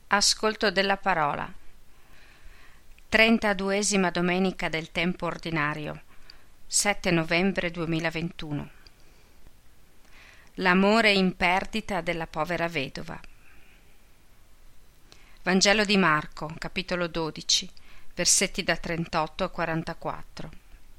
Ascolto della parola. 32esima domenica del tempo ordinario, 7 novembre 2021. L'amore in perdita della povera vedova. Vangelo di Marco, capitolo 12, versetti da 38 a 44.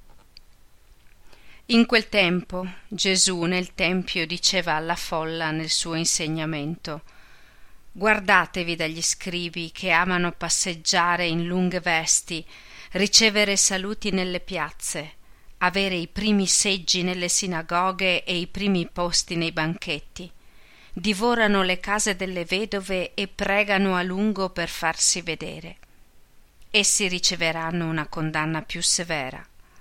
In quel tempo Gesù nel Tempio diceva alla folla nel suo insegnamento: guardatevi dagli scribi che amano passeggiare in lunghe vesti, ricevere saluti nelle piazze, avere i primi seggi nelle sinagoghe e i primi posti nei banchetti. Divorano le case delle vedove e pregano a lungo per farsi vedere. Essi riceveranno una condanna più severa.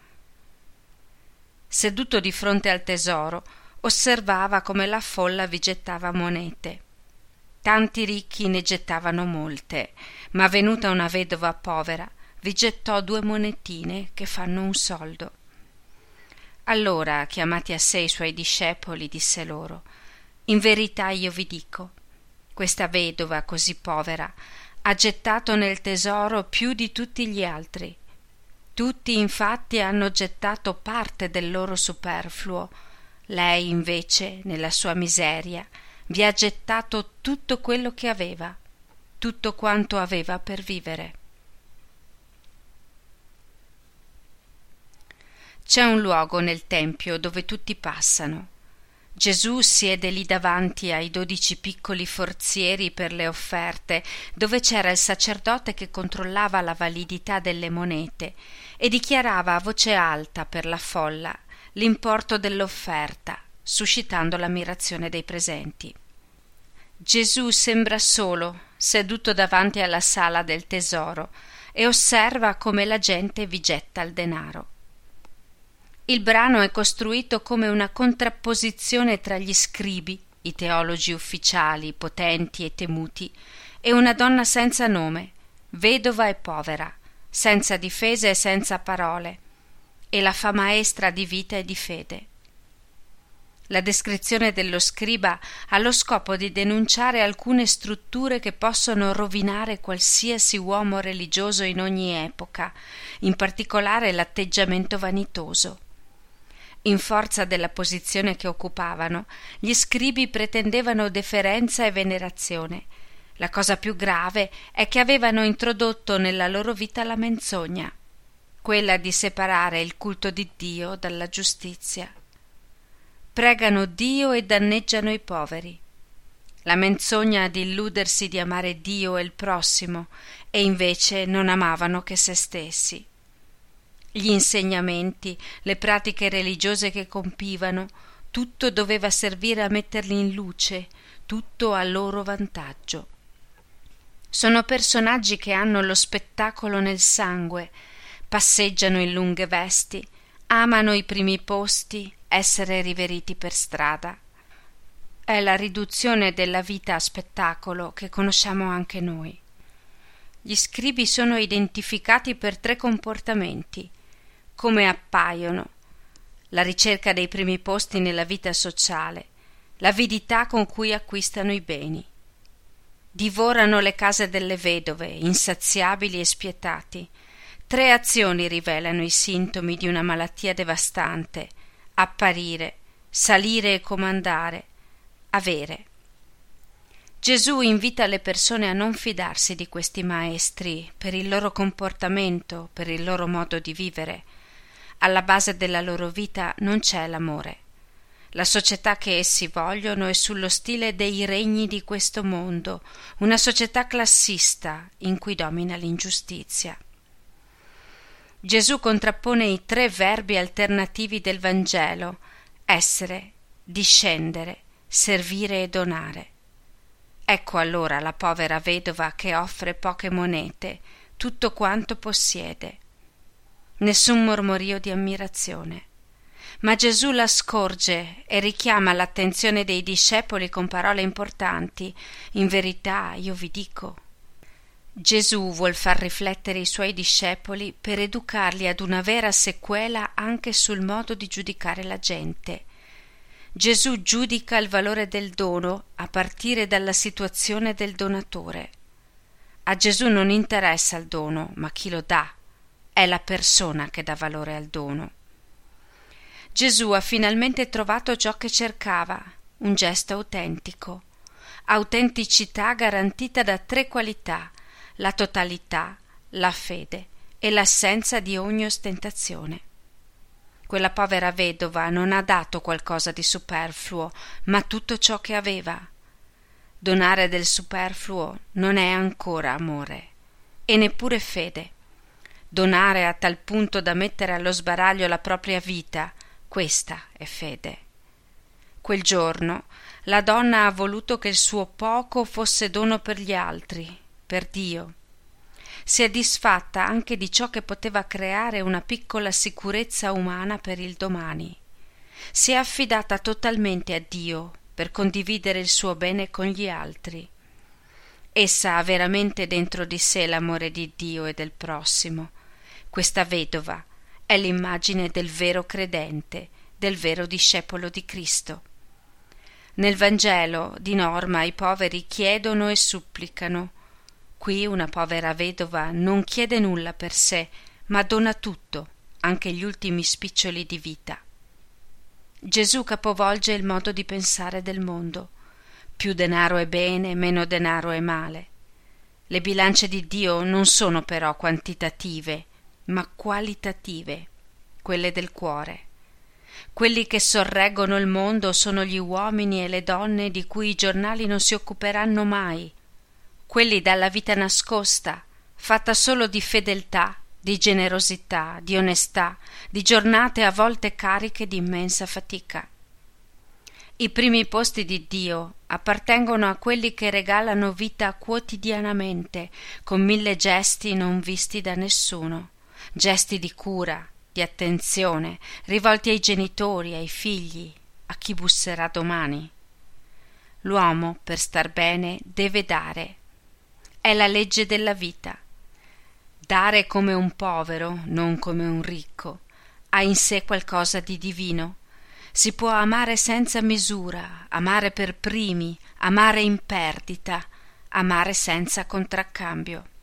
Seduto di fronte al tesoro, osservava come la folla vi gettava monete. Tanti ricchi ne gettavano molte, ma venuta una vedova povera, vi gettò 2 monetine che fanno un soldo. Allora, chiamati a sé i suoi discepoli, disse loro: in verità io vi dico, questa vedova così povera ha gettato nel tesoro più di tutti gli altri. Tutti infatti hanno gettato parte del loro superfluo. Lei invece, nella sua miseria, vi ha gettato tutto quello che aveva, tutto quanto aveva per vivere. C'è un luogo nel Tempio dove tutti passano. Gesù siede lì davanti ai 12 piccoli forzieri per le offerte, dove c'era il sacerdote che controllava la validità delle monete e dichiarava a voce alta per la folla l'importo dell'offerta, suscitando l'ammirazione dei presenti. Gesù sembra solo, seduto davanti alla sala del tesoro, e osserva come la gente vi getta il denaro. Il brano è costruito come una contrapposizione tra gli scribi, i teologi ufficiali, potenti e temuti, e una donna senza nome, vedova e povera, senza difesa e senza parole, e la fa maestra di vita e di fede. La descrizione dello scriba ha lo scopo di denunciare alcune strutture che possono rovinare qualsiasi uomo religioso in ogni epoca, in particolare l'atteggiamento vanitoso. In forza della posizione che occupavano, gli scribi pretendevano deferenza e venerazione. La cosa più grave è che avevano introdotto nella loro vita la menzogna, quella di separare il culto di Dio dalla giustizia. Pregano Dio e danneggiano i poveri. La menzogna di illudersi di amare Dio e il prossimo, e invece non amavano che se stessi. Gli insegnamenti, le pratiche religiose che compivano, tutto doveva servire a metterli in luce, tutto a loro vantaggio. Sono personaggi che hanno lo spettacolo nel sangue, passeggiano in lunghe vesti, amano i primi posti, essere riveriti per strada. È la riduzione della vita a spettacolo che conosciamo anche noi. Gli scribi sono identificati per 3 comportamenti: come appaiono, la ricerca dei primi posti nella vita sociale, l'avidità con cui acquistano i beni. Divorano le case delle vedove, insaziabili e spietati. 3 azioni rivelano i sintomi di una malattia devastante: apparire, salire e comandare, avere. Gesù invita le persone a non fidarsi di questi maestri per il loro comportamento, per il loro modo di vivere. Alla base della loro vita non c'è l'amore. La società che essi vogliono è sullo stile dei regni di questo mondo, una società classista in cui domina l'ingiustizia. Gesù contrappone i 3 verbi alternativi del Vangelo: essere, discendere, servire e donare. Ecco allora la povera vedova che offre poche monete, tutto quanto possiede. Nessun mormorio di ammirazione. Ma Gesù la scorge e richiama l'attenzione dei discepoli con parole importanti: in verità io vi dico. Gesù vuol far riflettere i suoi discepoli per educarli ad una vera sequela anche sul modo di giudicare la gente. Gesù giudica il valore del dono a partire dalla situazione del donatore. A Gesù non interessa il dono, ma chi lo dà. È la persona che dà valore al dono. Gesù ha finalmente trovato ciò che cercava, un gesto autentico. Autenticità garantita da 3 qualità: la totalità, la fede e l'assenza di ogni ostentazione. Quella povera vedova non ha dato qualcosa di superfluo, ma tutto ciò che aveva. Donare del superfluo non è ancora amore, e neppure fede. Donare a tal punto da mettere allo sbaraglio la propria vita, questa è fede. Quel giorno la donna ha voluto che il suo poco fosse dono per gli altri, per Dio. Si è disfatta anche di ciò che poteva creare una piccola sicurezza umana per il domani. Si è affidata totalmente a Dio per condividere il suo bene con gli altri. Essa ha veramente dentro di sé l'amore di Dio e del prossimo. Questa vedova è l'immagine del vero credente, del vero discepolo di Cristo. Nel Vangelo, di norma, i poveri chiedono e supplicano. Qui una povera vedova non chiede nulla per sé, ma dona tutto, anche gli ultimi spiccioli di vita. Gesù capovolge il modo di pensare del mondo. Più denaro è bene, meno denaro è male. Le bilance di Dio non sono però quantitative, ma qualitative, quelle del cuore. Quelli che sorreggono il mondo sono gli uomini e le donne di cui i giornali non si occuperanno mai, quelli dalla vita nascosta, fatta solo di fedeltà, di generosità, di onestà, di giornate a volte cariche di immensa fatica. I primi posti di Dio appartengono a quelli che regalano vita quotidianamente, con 1000 gesti non visti da nessuno, gesti di cura, di attenzione, rivolti ai genitori, ai figli, a chi busserà domani. L'uomo, per star bene, deve dare. È la legge della vita. Dare come un povero, non come un ricco, ha in sé qualcosa di divino. Si può amare senza misura, amare per primi, amare in perdita, amare senza contraccambio.